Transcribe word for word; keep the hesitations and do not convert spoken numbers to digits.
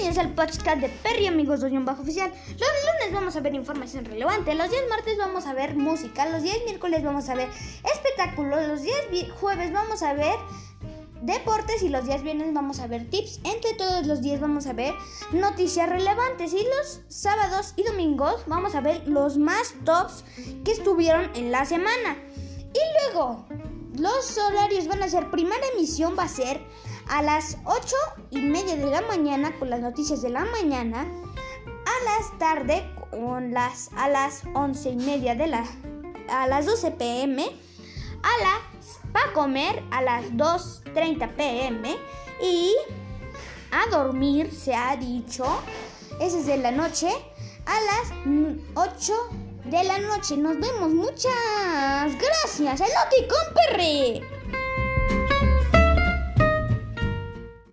comienza el podcast de Perry Amigos dos Bajo Oficial. Los lunes vamos a ver información relevante, los días martes vamos a ver música, los días miércoles vamos a ver espectáculos, los días jueves vamos a ver deportes y los días viernes vamos a ver tips. Entre todos los días vamos a ver noticias relevantes y los sábados y domingos vamos a ver los más tops que estuvieron en la semana. Y luego los horarios van a ser: primera emisión va a ser a las ocho y media de la mañana con las noticias de la mañana, a las tarde con las a las once y media de la a las doce pm, a las para comer a las dos treinta pm y a dormir, se ha dicho, ese es de la noche, a las ocho de la noche. Nos vemos, muchas gracias. Elote con Perry.